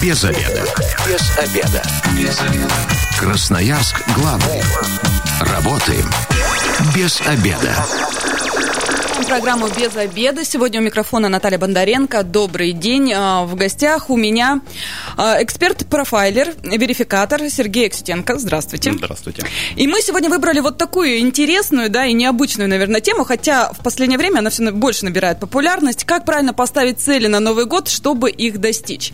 Без обеда. Без обеда. Без обеда. Красноярск главный. Работаем без обеда. Программу «Без обеда». Сегодня у микрофона Наталья Бондаренко. Добрый день. В гостях у меня эксперт-профайлер, верификатор Сергей Аксютенко. Здравствуйте. Здравствуйте. И мы сегодня выбрали вот такую интересную, и необычную, наверное, тему, хотя в последнее время она все больше набирает популярность. Как правильно поставить цели на Новый год, чтобы их достичь?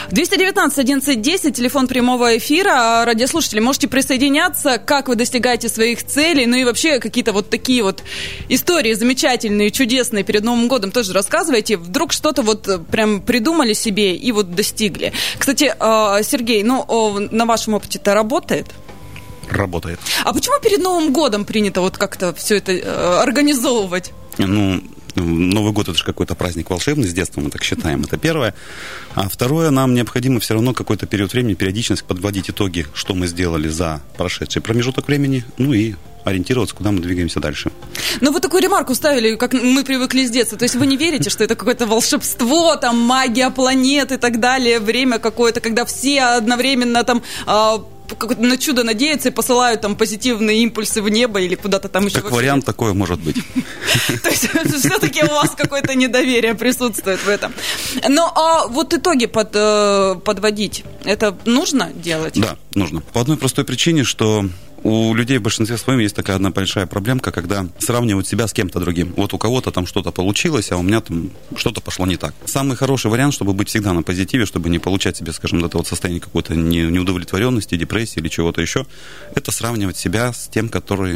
219-11-10, телефон прямого эфира. Радиослушатели, можете присоединяться. Как вы достигаете своих целей? Ну и вообще какие-то вот такие вот истории замечательные, чудесные перед Новым годом тоже рассказывайте. Вдруг что-то вот прям придумали себе и вот достигли. Кстати, Сергей, на вашем опыте это работает? Работает. А почему перед Новым годом принято вот как-то все это организовывать? Новый год – это же какой-то праздник волшебный, с детства мы так считаем, это первое. А второе, нам необходимо все равно какой-то период времени, периодичность подводить итоги, что мы сделали за прошедший промежуток времени, и ориентироваться, куда мы двигаемся дальше. Вы такую ремарку ставили, как мы привыкли с детства. То есть вы не верите, что это какое-то волшебство, там, магия планет и так далее, время какое-то, когда все одновременно там на чудо надеются и посылают там позитивные импульсы в небо или куда-то там еще. Как вариант такое может быть. То есть все-таки у вас какое-то недоверие присутствует в этом. А вот итоги подводить, это нужно делать? Да, нужно. По одной простой причине, что у людей в большинстве своем есть такая одна большая проблемка, когда сравнивают себя с кем-то другим. Вот у кого-то там что-то получилось, а у меня там что-то пошло не так. Самый хороший вариант, чтобы быть всегда на позитиве, чтобы не получать себе, скажем, это вот состояние какой-то неудовлетворенности, депрессии или чего-то еще, это сравнивать себя с тем,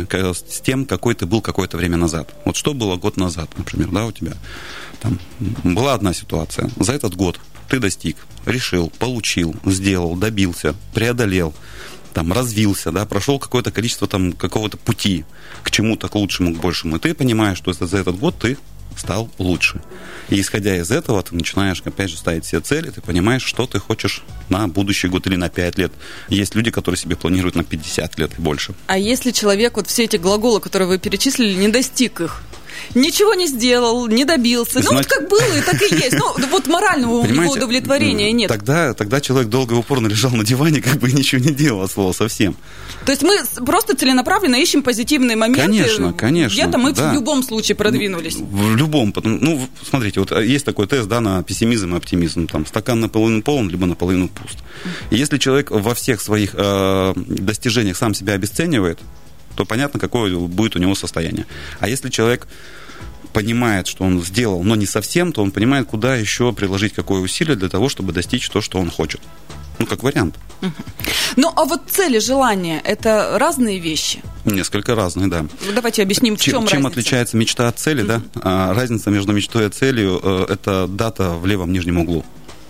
какой ты был какое-то время назад. Вот что было год назад, например, у тебя? Там была одна ситуация. За этот год ты достиг, решил, получил, сделал, добился, преодолел, развился, прошел какое-то количество какого-то пути к чему-то, к лучшему, к большему. И ты понимаешь, что за этот год ты стал лучше. И исходя из этого, ты начинаешь, опять же, ставить себе цели, ты понимаешь, что ты хочешь на будущий год или на 5 лет. Есть люди, которые себе планируют на 50 лет и больше. А если человек, все эти глаголы, которые вы перечислили, не достиг их? Ничего не сделал, не добился. Как было, и так и есть. Морального у него удовлетворения нет. Тогда человек долго и упорно лежал на диване, и ничего не делал, от слова совсем. То есть мы просто целенаправленно ищем позитивные моменты. Конечно. Где-то мы в любом случае продвинулись. В любом. Смотрите, есть такой тест, на пессимизм и оптимизм. Стакан наполовину полон, либо наполовину пуст. И если человек во всех своих достижениях сам себя обесценивает, то понятно, какое будет у него состояние. А если человек понимает, что он сделал, но не совсем, то он понимает, куда еще приложить какое усилие для того, чтобы достичь то, что он хочет. Как вариант. А вот цели, желания – это разные вещи? Несколько разные, да. Давайте объясним, в чем разница. Чем отличается мечта от цели, разница между мечтой и целью – это дата в левом нижнем углу.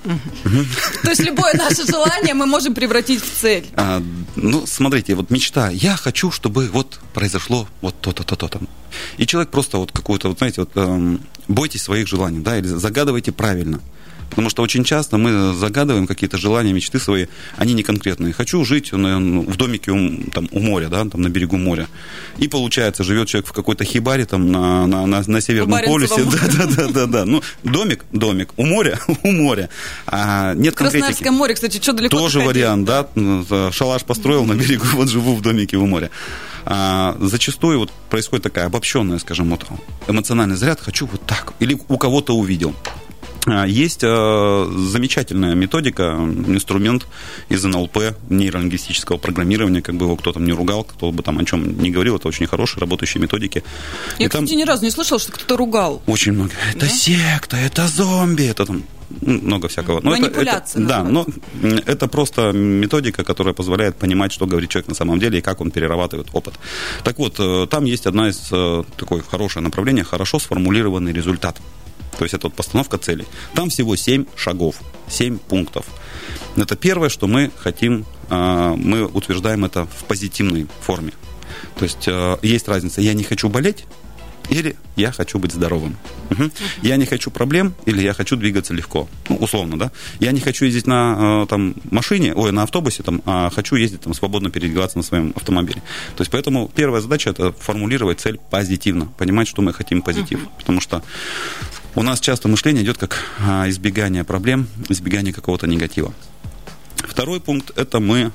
То есть любое наше желание мы можем превратить в цель. Смотрите, мечта. Я хочу, чтобы произошло то-то, то-то. И человек просто какую-то, бойтесь своих желаний, или загадывайте правильно. Потому что очень часто мы загадываем какие-то желания, мечты свои, они не конкретные. Хочу жить в домике у моря, на берегу моря. И получается, живет человек в какой-то хибаре на Северном полюсе. Да. Домик. У моря. А нет конкретики. Красноярское море, кстати, что далеко тоже вариант, шалаш построил на берегу, живу в домике у моря. Зачастую происходит такая обобщенная, скажем, эмоциональный заряд. Хочу так. Или у кого-то увидел. Есть замечательная методика, инструмент из НЛП, нейролингвистического программирования, как бы его кто-то не ругал, кто бы о чем не говорил, это очень хорошие работающие методики. Я, кстати, ни разу не слышала, что кто-то ругал. Очень много. Это секта, это зомби, это много всякого. Манипуляция. Но это просто методика, которая позволяет понимать, что говорит человек на самом деле и как он перерабатывает опыт. Так вот, там есть одна из такое хорошее направление, хорошо сформулированный результат. То есть это постановка целей. Там всего 7 шагов, 7 пунктов. Это первое, что мы хотим, мы утверждаем это в позитивной форме. То есть есть разница. Я не хочу болеть, или я хочу быть здоровым. Я не хочу проблем, или я хочу двигаться легко. Условно, да? Я не хочу ездить на машине, на автобусе, а хочу ездить свободно передвигаться на своем автомобиле. То есть поэтому первая задача – это формулировать цель позитивно, понимать, что мы хотим позитив. Потому что у нас часто мышление идет как избегание проблем, избегание какого-то негатива. Второй пункт – это мы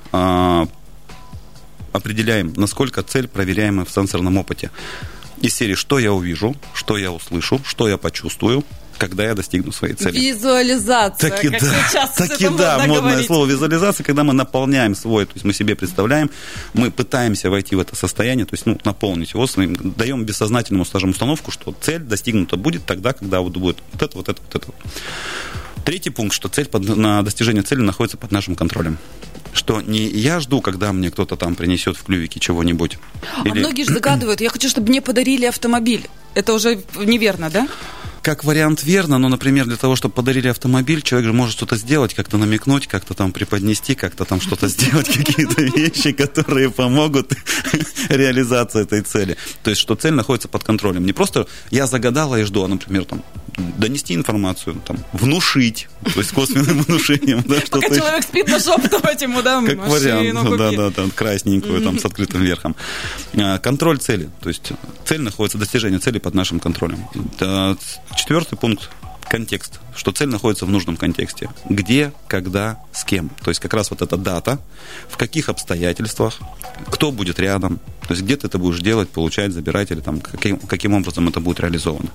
определяем, насколько цель проверяемая в сенсорном опыте. Из серии «Что я увижу?», «Что я услышу?», «Что я почувствую?», когда я достигну своей цели. Визуализация. Таки да, модное слово визуализация, когда мы наполняем свой, то есть мы себе представляем, мы пытаемся войти в это состояние, то есть наполнить его, даем бессознательному, скажем, установку, что цель достигнута будет тогда, когда вот будет вот это, вот это, вот это. Третий пункт, что цель на достижение цели находится под нашим контролем. Что не я жду, когда мне кто-то там принесет в клювике чего-нибудь. Многие же загадывают, я хочу, чтобы мне подарили автомобиль. Это уже неверно, да? Как вариант верно, но, например, для того, чтобы подарили автомобиль, человек же может что-то сделать, как-то намекнуть, как-то там преподнести, как-то там что-то сделать, какие-то вещи, которые помогут реализации этой цели. То есть, что цель находится под контролем. Не просто я загадала и жду, а, например, там, донести информацию, там, внушить, то есть косвенным внушением. Да, пока человек спит, нашептывать ему, да, как вариант, да, красненькую, там, с открытым верхом. Контроль цели, то есть цель находится, достижение цели под нашим контролем. Четвертый пункт – контекст, что цель находится в нужном контексте. Где, когда, с кем. То есть как раз вот эта дата, в каких обстоятельствах, кто будет рядом, то есть где ты это будешь делать, получать, забирать, или там, каким образом это будет реализовано.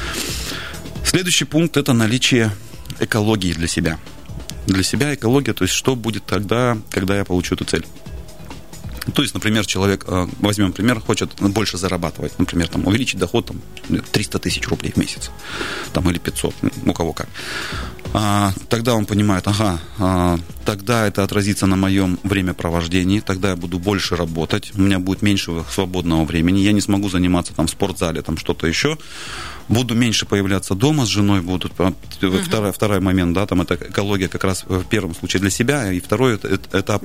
Следующий пункт – это наличие экологии для себя. Для себя экология, то есть что будет тогда, когда я получу эту цель. То есть, например, человек, возьмем пример, хочет больше зарабатывать, например, там, увеличить доход там, 300 тысяч рублей в месяц, там, или 500, у кого как. Тогда он понимает, тогда это отразится на моем времяпровождении, тогда я буду больше работать, у меня будет меньше свободного времени, я не смогу заниматься там, в спортзале, там, что-то еще, буду меньше появляться дома с женой, будут. Второй момент, да, там это экология как раз в первом случае для себя, и второй этап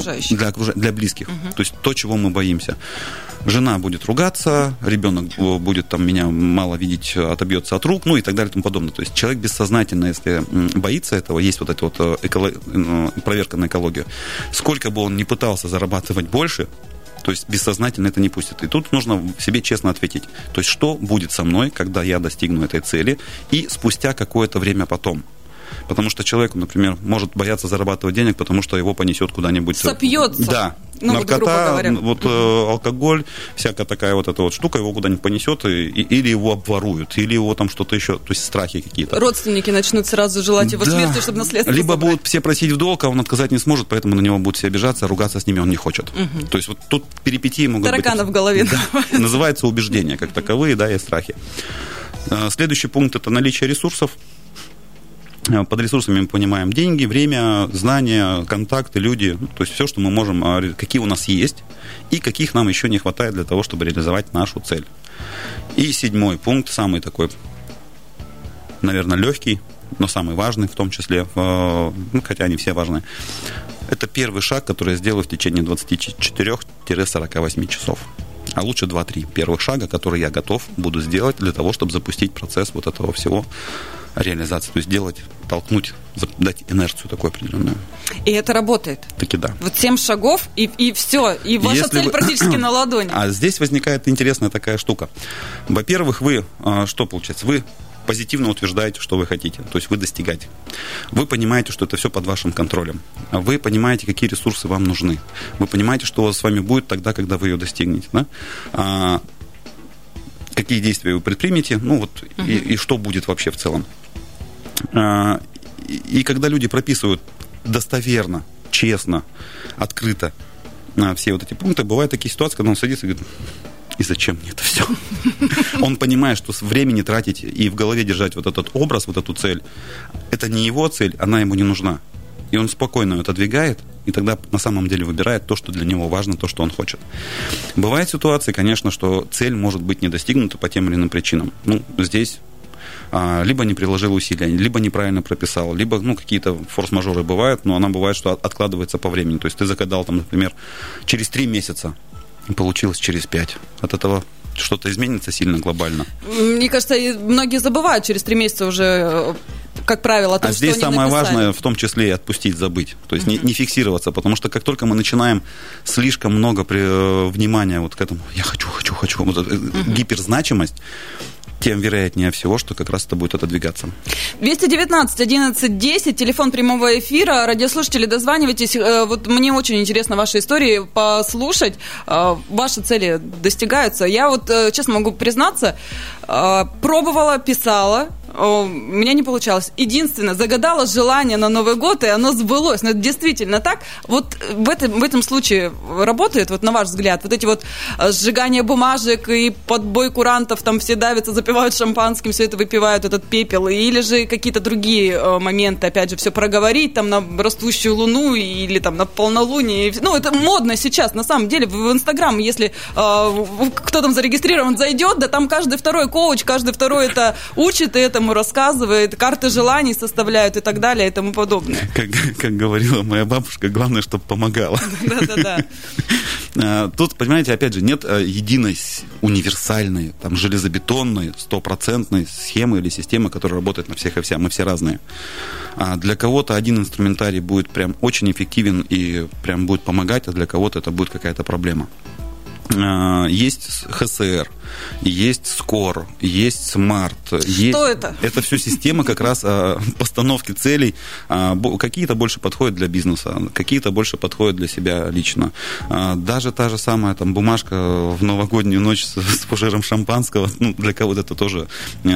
для близких. То есть то, чего мы боимся. Жена будет ругаться, ребенок будет там, меня мало видеть, отобьется от рук, ну и так далее и тому подобное. То есть человек бессознательно, если боится этого, есть вот эта вот проверка на экологию. Сколько бы он ни пытался зарабатывать больше, то есть бессознательно это не пустит. И тут нужно себе честно ответить. То есть что будет со мной, когда я достигну этой цели, и спустя какое-то время потом. Потому что человек, например, может бояться зарабатывать денег, потому что его понесет куда-нибудь. Сопьется. Да. Наркота, алкоголь, всякая такая вот эта вот штука его куда-нибудь понесет, или его обворуют, или его там что-то еще, то есть страхи какие-то. Родственники начнут сразу желать его смерти, чтобы наследство либо забрать. Будут все просить в долг, а он отказать не сможет, поэтому на него будут все обижаться, ругаться с ними он не хочет. То есть вот тут перипетии могут быть. Тараканы в голове. Да. Называется убеждения как таковые, да, и страхи. Следующий пункт – это наличие ресурсов. Под ресурсами мы понимаем деньги, время, знания, контакты, люди, то есть все, что мы можем, какие у нас есть и каких нам еще не хватает для того, чтобы реализовать нашу цель. И седьмой пункт, самый такой, наверное, легкий, но самый важный в том числе, хотя они все важны, это первый шаг, который я сделаю в течение 24-48 часов. А лучше 2-3 первых шага, которые я готов буду сделать для того, чтобы запустить процесс вот этого всего реализации. То есть делать, толкнуть, дать инерцию такую определенную. И это работает? Таки да. Вот 7 шагов, и все. И ваша цель практически на ладони. А здесь возникает интересная такая штука. Во-первых, вы, что получается? Вы позитивно утверждаете, что вы хотите. То есть вы достигаете. Вы понимаете, что это все под вашим контролем. Вы понимаете, какие ресурсы вам нужны. Вы понимаете, что с вами будет тогда, когда вы ее достигнете. Да? Какие действия вы предпримете, и что будет вообще в целом. И когда люди прописывают достоверно, честно, открыто все вот эти пункты, бывают такие ситуации, когда он садится и говорит: и зачем мне это все? Он понимает, что времени тратить и в голове держать вот этот образ, вот эту цель, это не его цель, она ему не нужна. И он спокойно ее отодвигает, и тогда на самом деле выбирает то, что для него важно, то, что он хочет. Бывают ситуации, конечно, что цель может быть не достигнута по тем или иным причинам. Здесь либо не приложил усилия, либо неправильно прописал, либо какие-то форс-мажоры бывают, но она бывает, что откладывается по времени. То есть ты загадал, там, например, через 3 месяца, получилось через 5. От этого что-то изменится сильно глобально. Мне кажется, многие забывают через 3 месяца уже, как правило, о том, что они написали. А здесь самое важное, в том числе и отпустить, забыть. То есть не фиксироваться, потому что как только мы начинаем слишком много внимания вот к этому «я хочу», гиперзначимость, тем вероятнее всего, что как раз это будет отодвигаться. 219-11-10, телефон прямого эфира. Радиослушатели, дозванивайтесь. Вот мне очень интересно ваши истории послушать. Ваши цели достигаются. Я вот, честно могу признаться, пробовала, писала. У меня не получалось. Единственное, загадала желание на Новый год, и оно сбылось. Но это действительно так. Вот в этом случае работает, вот на ваш взгляд, вот эти вот сжигания бумажек и подбой курантов, там все давятся, запивают шампанским, все это выпивают, этот пепел, или же какие-то другие моменты, опять же, все проговорить, там, на растущую луну или там на полнолуние. Ну, это модно сейчас, на самом деле, в Инстаграм, если кто там зарегистрирован, зайдет, да там каждый второй коуч, каждый второй это учит, и этому рассказывает, карты желаний составляют и так далее и тому подобное. Как говорила моя бабушка, главное, чтобы помогала. Да-да-да. Тут, понимаете, опять же, нет единой универсальной, там, железобетонной, стопроцентной схемы или системы, которая работает на всех и вся. Мы все разные. Для кого-то один инструментарий будет прям очень эффективен и прям будет помогать, а для кого-то это будет какая-то проблема. Есть ХСР, есть Скор, есть Смарт. Что это? Это все система как раз постановки целей. Какие-то больше подходят для бизнеса, какие-то больше подходят для себя лично. Даже та же самая там бумажка в новогоднюю ночь с фужером шампанского, ну, для кого-то это тоже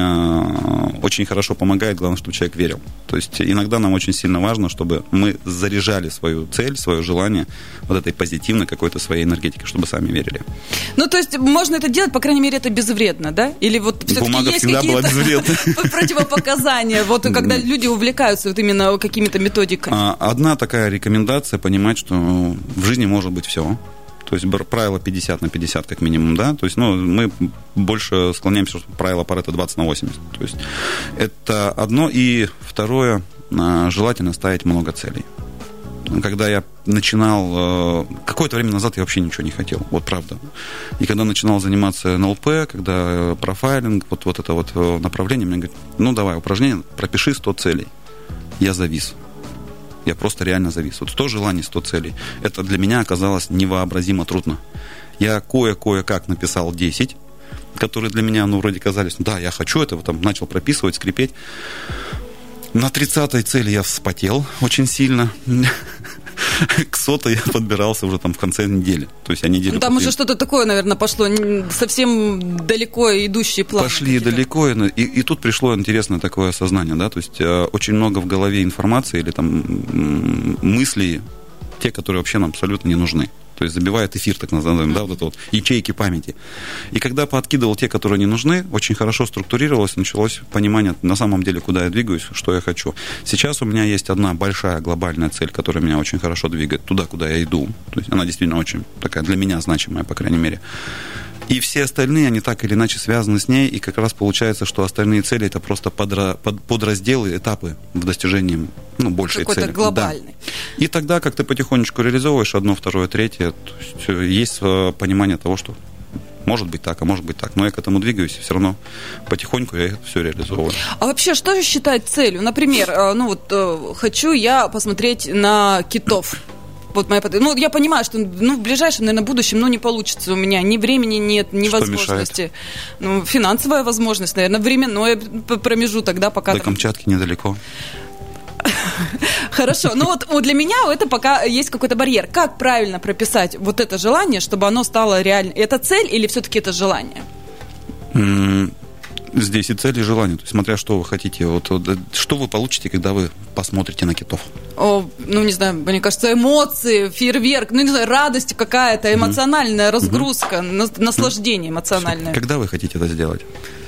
очень хорошо помогает. Главное, чтобы человек верил. То есть иногда нам очень сильно важно, чтобы мы заряжали свою цель, свое желание вот этой позитивной какой-то своей энергетикой, чтобы сами верили. Ну, то есть можно это делать, по крайней мере, это безвредно, да? Или вот все-таки бумага есть всегда была безвредна. Противопоказания, вот когда люди увлекаются вот именно какими-то методиками? Одна такая рекомендация — понимать, что в жизни может быть все. То есть правило 50 на 50 как минимум, да? То есть, ну, мы больше склоняемся, что правило Парето 20 на 80. То есть это одно. И второе, желательно ставить много целей. Когда я начинал, какое-то время назад я вообще ничего не хотел, вот правда. И когда начинал заниматься НЛП, когда профайлинг, вот это вот направление, мне говорят, ну давай, упражнение, пропиши 100 целей. Я завис. Я просто реально завис. Вот 100 желаний, 100 целей. Это для меня оказалось невообразимо трудно. Я кое-как написал 10, которые для меня, ну, вроде казались, да, я хочу этого, там, начал прописывать, скрипеть. На 30-й цели я вспотел очень сильно. К 100-й я подбирался уже там в конце недели. То есть я неделю... Там уже что-то такое, наверное, пошло, совсем далеко идущие планы. Пошли далеко, и тут пришло интересное такое осознание, да, то есть очень много в голове информации или там мыслей, те, которые вообще нам абсолютно не нужны. То есть забивает эфир, так называемый, да, вот это вот, ячейки памяти. И когда пооткидывал те, которые не нужны, очень хорошо структурировалось, началось понимание на самом деле, куда я двигаюсь, что я хочу. Сейчас у меня есть одна большая глобальная цель, которая меня очень хорошо двигает туда, куда я иду. То есть она действительно очень такая для меня значимая, по крайней мере. И все остальные, они так или иначе связаны с ней, и как раз получается, что остальные цели — это просто подразделы, этапы в достижении, ну, большей какой-то цели. Глобальный. Да. И тогда, как ты потихонечку реализовываешь одно, второе, третье, то есть понимание того, что может быть так, а может быть так. Но я к этому двигаюсь, и все равно потихоньку я все реализовываю. А вообще, что же считать целью? Например, ну вот хочу я посмотреть на китов. Вот моя, ну, я понимаю, что в ближайшем, наверное, будущем, не получится у меня. Ни времени нет, ни что возможности. Мешает? Ну, финансовая возможность, наверное, временной промежуток, да, пока... До Камчатки недалеко. Хорошо, ну вот для меня это пока есть какой-то барьер. Как правильно прописать вот это желание, чтобы оно стало реально? Это цель или все-таки это желание? Здесь и цель, и желание. То есть, смотря что вы хотите. Вот, что вы получите, когда вы посмотрите на китов? Ну, не знаю, мне кажется, эмоции, фейерверк, ну, не знаю, радость какая-то, эмоциональная разгрузка, наслаждение эмоциональное. Когда вы хотите это сделать?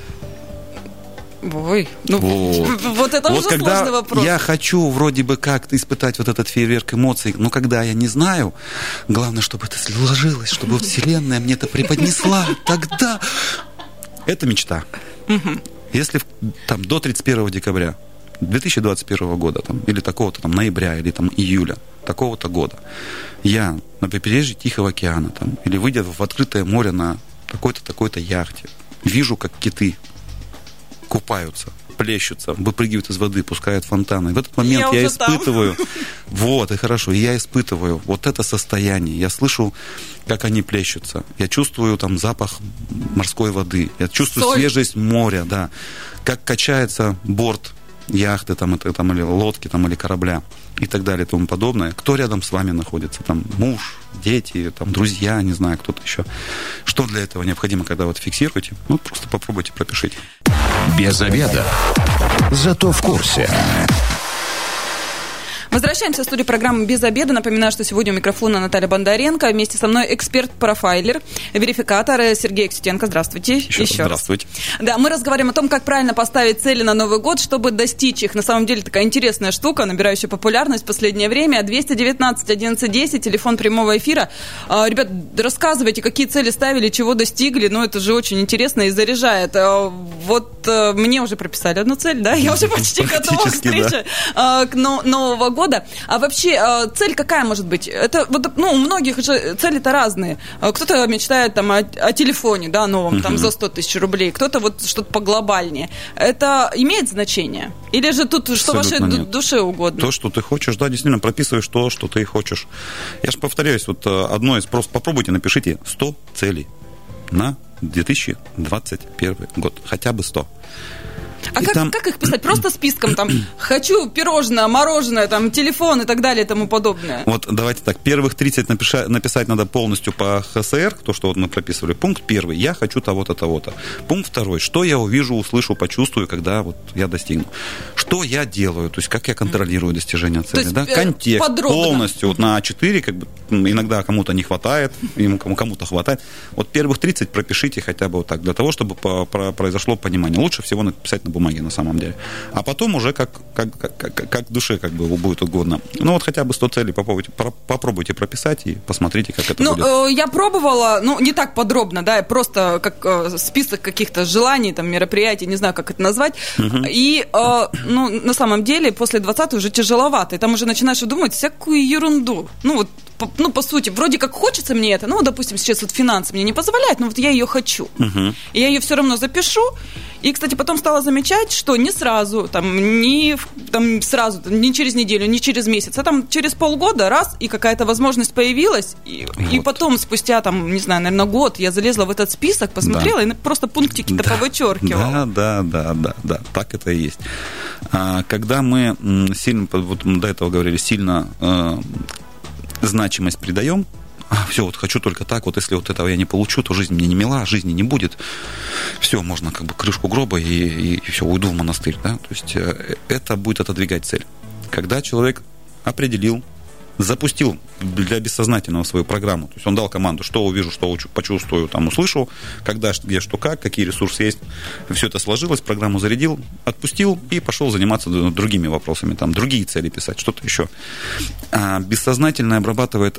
Ой, ну, вот это уже сложный вопрос. Я хочу вроде бы как-то испытать вот этот фейерверк эмоций, но когда я не знаю, главное, чтобы это сложилось, чтобы Вселенная мне это преподнесла, тогда... Это мечта. Если там до 31 декабря 2021 года, там, или такого-то там ноября, или там июля такого-то года, я на побережье Тихого океана, там, или выйдя в открытое море на такой-то, такой-то яхте, вижу, как киты купаются, плещутся, выпрыгивают из воды, пускают фонтаны. И в этот момент я испытываю, вот, и хорошо, я испытываю вот это состояние. Я слышу, как они плещутся. Я чувствую там запах морской воды. Я чувствую свежесть моря, да. Как качается борт яхты там, или лодки там, или корабля и так далее и тому подобное. Кто рядом с вами находится? Там муж, дети, там, друзья, не знаю, кто-то еще. Что для этого необходимо, когда вот фиксируете? Ну, просто попробуйте, пропишите. Без обеда. Зато в курсе. Возвращаемся в студию программы «Без обеда». Напоминаю, что сегодня у микрофона Наталья Бондаренко. Вместе со мной эксперт-профайлер, верификатор Сергей Аксютенко. Здравствуйте. Еще раз. Здравствуйте. Да, мы разговариваем о том, как правильно поставить цели на Новый год, чтобы достичь их. На самом деле такая интересная штука, набирающая популярность в последнее время. 219-11-10, телефон прямого эфира. Ребят, рассказывайте, какие цели ставили, чего достигли. Ну, это же очень интересно и заряжает. Вот мне уже прописали одну цель, да? Я уже почти готова к встрече к Нового года. А вообще, цель какая может быть? Это вот, ну, у многих же цели-то разные. Кто-то мечтает там о телефоне, да, новом, там, за 100 тысяч рублей. Кто-то вот что-то поглобальнее. Это имеет значение? Или же тут что вашей душе угодно? То, что ты хочешь, да, действительно, прописываешь то, что ты хочешь. Я же повторяюсь, вот одно из, просто попробуйте, напишите 100 целей на 2021 год. Хотя бы 100. А как их писать? Просто списком там хочу пирожное, мороженое, там телефон и так далее и тому подобное. Вот давайте так, первых 30 написать надо полностью по ХСР, то, что вот мы прописывали. Пункт 1. Я хочу того-то, того-то. Пункт 2. Что я увижу, услышу, почувствую, когда вот я достигну. Что я делаю, то есть как я контролирую достижение цели. Да? Контекст подробно. Полностью вот на А4, как бы, иногда кому-то не хватает, кому-то хватает. Вот первых 30 пропишите хотя бы вот так, для того, чтобы произошло понимание. Лучше всего написать на бумаге на самом деле. А потом уже как душе как бы будет угодно. Ну вот хотя бы 100 целей попробуйте прописать и посмотрите, как это будет. Я пробовала, не так подробно, да, просто как список каких-то желаний, там, мероприятий, не знаю, как это назвать. И, на самом деле, после 20 уже тяжеловато. И там уже начинаешь думать всякую ерунду. По сути, вроде как хочется мне это, допустим, сейчас вот финансы мне не позволяют, но вот я ее хочу. И я ее все равно запишу. И, кстати, потом стала замечать, что не сразу, не через неделю, не через месяц, а там через полгода раз, и какая-то возможность появилась, и потом, спустя, не знаю, наверное, год, я залезла в этот список, посмотрела, и просто пунктики-то повычеркивала. Да, так это и есть. Когда мы сильно, вот до этого говорили, сильно значимость придаем, все, вот хочу только так, вот если вот этого я не получу, то жизнь мне не мила, жизни не будет. Все, можно как бы крышку гроба и все, уйду в монастырь, да? То есть это будет отодвигать цель. Когда человек определил, запустил для бессознательного свою программу, то есть он дал команду, что увижу, что почувствую, там услышу, когда, где, что, как, какие ресурсы есть, все это сложилось, программу зарядил, отпустил и пошел заниматься другими вопросами, там, другие цели писать, что-то еще. Бессознательное обрабатывает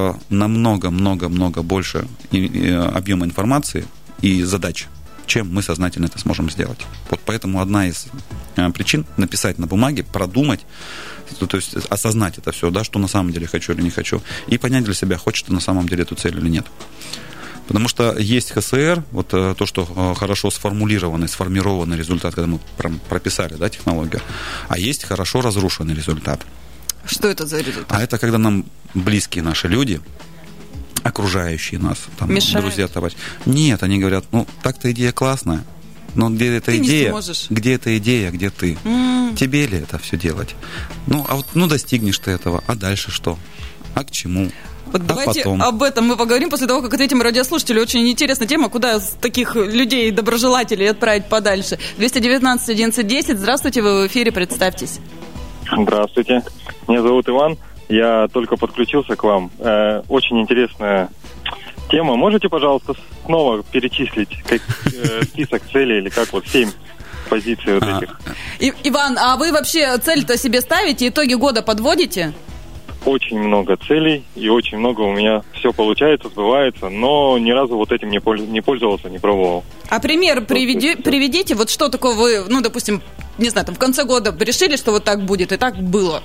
намного больше объема информации и задач, чем мы сознательно это сможем сделать. Вот поэтому одна из причин написать на бумаге, продумать, то есть осознать это все, да, что на самом деле хочу или не хочу, и понять для себя, хочешь ты на самом деле эту цель или нет. Потому что есть ХСР, вот то, что хорошо сформированный результат, когда мы прописали, да, технологию, а есть хорошо разрушенный результат. Что это за результат? А это когда нам близкие наши люди, окружающие нас, там, друзья, товарищи. Нет, они говорят, так-то идея классная, но где эта идея? Где эта идея, где ты? Тебе ли это все делать? Достигнешь ты этого, а дальше что? А к чему? Вот давайте об этом мы поговорим после того, как ответим радиослушателю. Очень интересная тема, куда таких людей, доброжелателей отправить подальше. 219-11-10, здравствуйте, вы в эфире, представьтесь. Здравствуйте, меня зовут Иван, я только подключился к вам. Очень интересная тема. Можете, пожалуйста, снова перечислить список целей или как 7 позиций вот этих? Иван, а вы вообще цель-то себе ставите, итоги года подводите? Очень много целей, и очень много у меня все получается, сбывается, но ни разу вот этим не пользовался, не пробовал. А пример приведите, вот что такое вы, допустим, не знаю, в конце года решили, что вот так будет, и так было?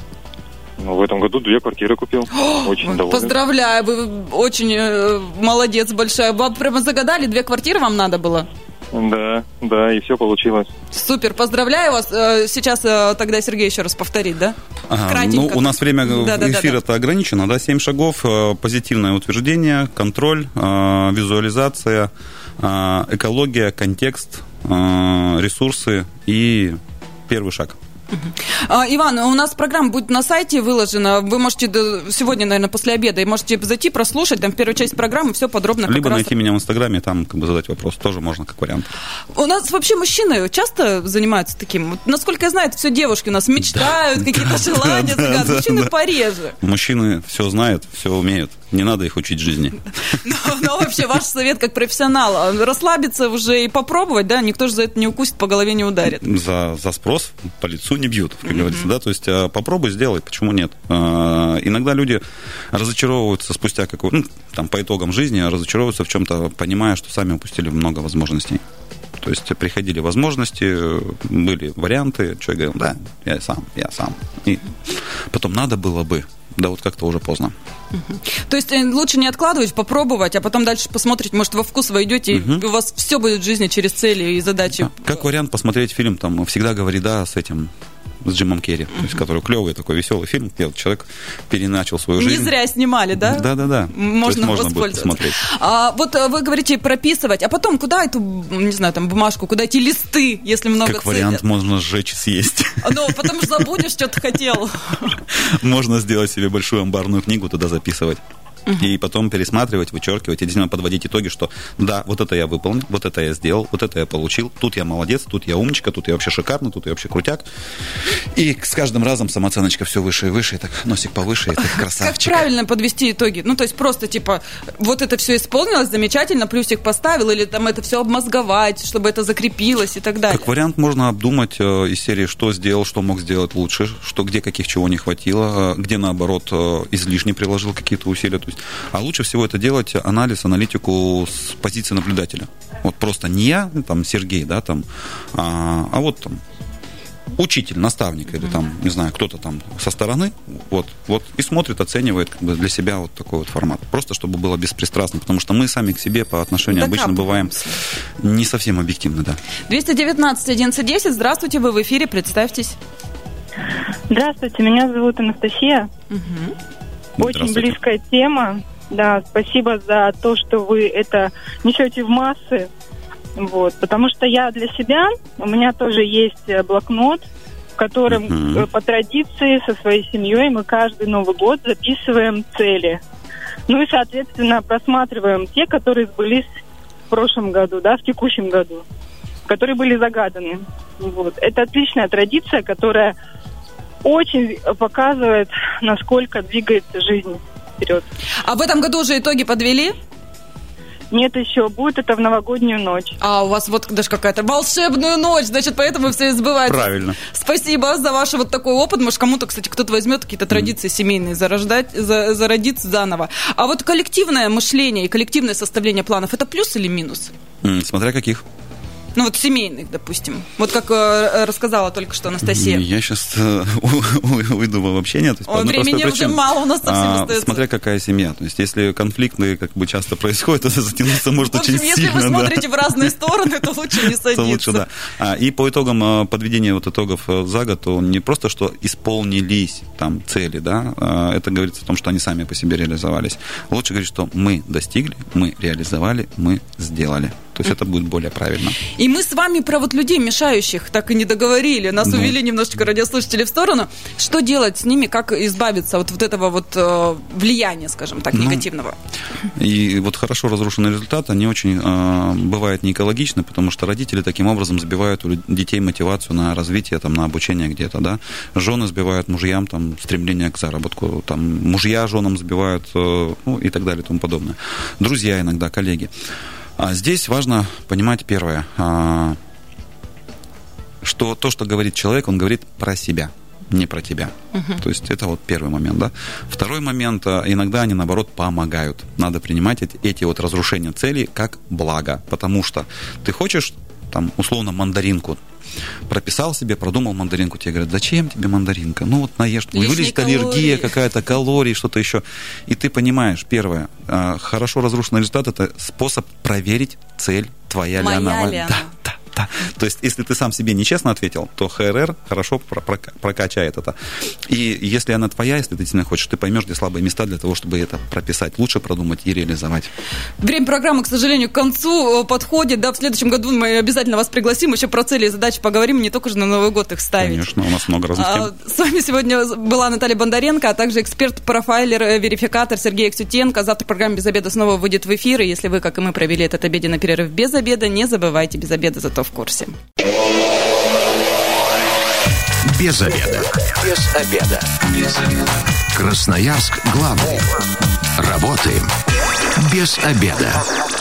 В этом году 2 квартиры купил. Очень доволен. Поздравляю, вы очень молодец большой. Вы прямо загадали, 2 квартиры вам надо было? Да, и все получилось. Супер, поздравляю вас. Сейчас тогда Сергей еще раз повторит, да? Ну, у нас время эфира-то ограничено, да, 7 шагов, позитивное утверждение, контроль, визуализация, экология, контекст, ресурсы и первый шаг. Иван, у нас программа будет на сайте выложена. Вы можете сегодня, наверное, после обеда, и можете зайти, прослушать, там в первую часть программы все подробно. Либо найти меня в Инстаграме, там как бы задать вопрос, тоже можно как вариант. У нас вообще мужчины часто занимаются таким? Насколько я знаю, это все девушки у нас мечтают, какие-то желания загадывают. Мужчины пореже. Мужчины все знают, все умеют. Не надо их учить жизни. Но вообще ваш совет как профессионала: расслабиться уже и попробовать, да? Никто же за это не укусит, по голове не ударит. За спрос по лицу не бьют, как говорится, да? То есть попробуй, сделай, почему нет? Иногда люди разочаровываются спустя там по итогам жизни, разочаровываются в чем-то, понимая, что сами упустили много возможностей. То есть приходили возможности, были варианты, человек говорил, да, я сам. И потом надо было бы. Да, вот как-то уже поздно. То есть лучше не откладывать, попробовать, а потом дальше посмотреть, может, во вкус войдете, и у вас все будет в жизни через цели и задачи. Как вариант посмотреть фильм, там, «Всегда говори да» с Джимом Керри, то есть, который клевый такой веселый фильм, где человек переначал свою жизнь. Не зря снимали, да? Да. Можно будет посмотреть. Вот вы говорите прописывать, а потом куда эту, не знаю, там бумажку, куда эти листы, если много как вариант, можно сжечь и съесть. Ну, потом же забудешь, что ты хотел. Можно сделать себе большую амбарную книгу, туда записывать. И потом пересматривать, вычеркивать и действительно подводить итоги, что да, вот это я выполнил, вот это я сделал, вот это я получил, тут я молодец, тут я умничка, тут я вообще шикарный, тут я вообще крутяк. И с каждым разом самооценочка все выше и выше, и так носик повыше, и так красавчик. Как правильно подвести итоги? Ну, то есть просто типа вот это все исполнилось, замечательно, плюсик поставил, или там это все обмозговать, чтобы это закрепилось и так далее. Как вариант можно обдумать из серии, что сделал, что мог сделать лучше, где каких чего не хватило, где наоборот излишне приложил какие-то усилия. А лучше всего это делать аналитику с позиции наблюдателя. Вот просто не я, там, Сергей, да, там, а вот там учитель, наставник или там, не знаю, кто-то там со стороны, вот, и смотрит, оценивает как бы для себя вот такой вот формат. Просто чтобы было беспристрастно, потому что мы сами к себе по отношению обычно бываем не совсем объективны, да. 219-11-10, здравствуйте, вы в эфире, представьтесь. Здравствуйте, меня зовут Анастасия. Очень близкая тема. Да, спасибо за то, что вы это несете в массы. Вот, потому что я для себя, у меня тоже есть блокнот, в котором по традиции со своей семьей мы каждый Новый год записываем цели. Ну и, соответственно, просматриваем те, которые сбылись в прошлом году, да, в текущем году, которые были загаданы. Вот. Это отличная традиция, которая очень показывает, насколько двигается жизнь вперед. А в этом году уже итоги подвели? Нет, еще будет это в новогоднюю ночь. А у вас вот даже какая-то волшебная ночь, значит, поэтому все сбывается. Правильно. Спасибо за ваш вот такой опыт. Может, кому-то, кстати, кто-то возьмет какие-то традиции семейные, зародить заново. А вот коллективное мышление и коллективное составление планов – это плюс или минус? Смотря каких. Ну, вот семейных, допустим. Вот как рассказала только что Анастасия. Я сейчас уйду в общение. Времени уже мало у нас совсем остается. Смотря какая семья. То есть, если конфликты как бы часто происходят, это затянуться может очень сильно. Если вы смотрите в разные стороны, то лучше не садиться. Лучше, да. И по итогам подведения вот итогов за год, то не просто, что исполнились там цели, да, это говорится о том, что они сами по себе реализовались. Лучше говорить, что мы достигли, мы реализовали, мы сделали. То есть это будет более правильно. И мы с вами про вот людей, мешающих, так и не договорили. Нас увели немножечко радиослушатели в сторону. Что делать с ними, как избавиться от этого вот влияния, скажем так, негативного? И вот хорошо разрушенный результат, они очень бывают не экологичны, потому что родители таким образом сбивают у детей мотивацию на развитие, там, на обучение где-то, да. Жены сбивают мужьям там, стремление к заработку, там, мужья женам сбивают, ну, и так далее и тому подобное. Друзья иногда, коллеги. А здесь важно понимать первое, что то, что говорит человек, он говорит про себя, не про тебя. То есть это вот первый момент, да. Второй момент, иногда они, наоборот, помогают. Надо принимать эти вот разрушения целей как благо, потому что ты хочешь, там, условно, мандаринку, прописал себе, продумал мандаринку, тебе говорят, зачем тебе мандаринка? Ну вот наешь, вылезет аллергия какая-то, калории, что-то еще. И ты понимаешь, первое, хорошо разрушенный результат – это способ проверить цель твоя ли она? Да. То есть, если ты сам себе нечестно ответил, то ХРР хорошо прокачает это. И если она твоя, если ты действительно хочешь, ты поймешь, где слабые места для того, чтобы это прописать. Лучше продумать и реализовать. Время программы, к сожалению, к концу подходит. Да, в следующем году мы обязательно вас пригласим, еще про цели и задачи поговорим, не только же на Новый год их ставить. Конечно, у нас много разных тем. С вами сегодня была Наталья Бондаренко, а также эксперт-профайлер, верификатор Сергей Аксютенко. Завтра программа «Без обеда» снова выйдет в эфир. И если вы, как и мы, провели этот обеденный перерыв без обеда, не забывайте, без обеда зато в курсе. Без обеда. Без обеда. Без обеда. Красноярск главный. Работаем без обеда.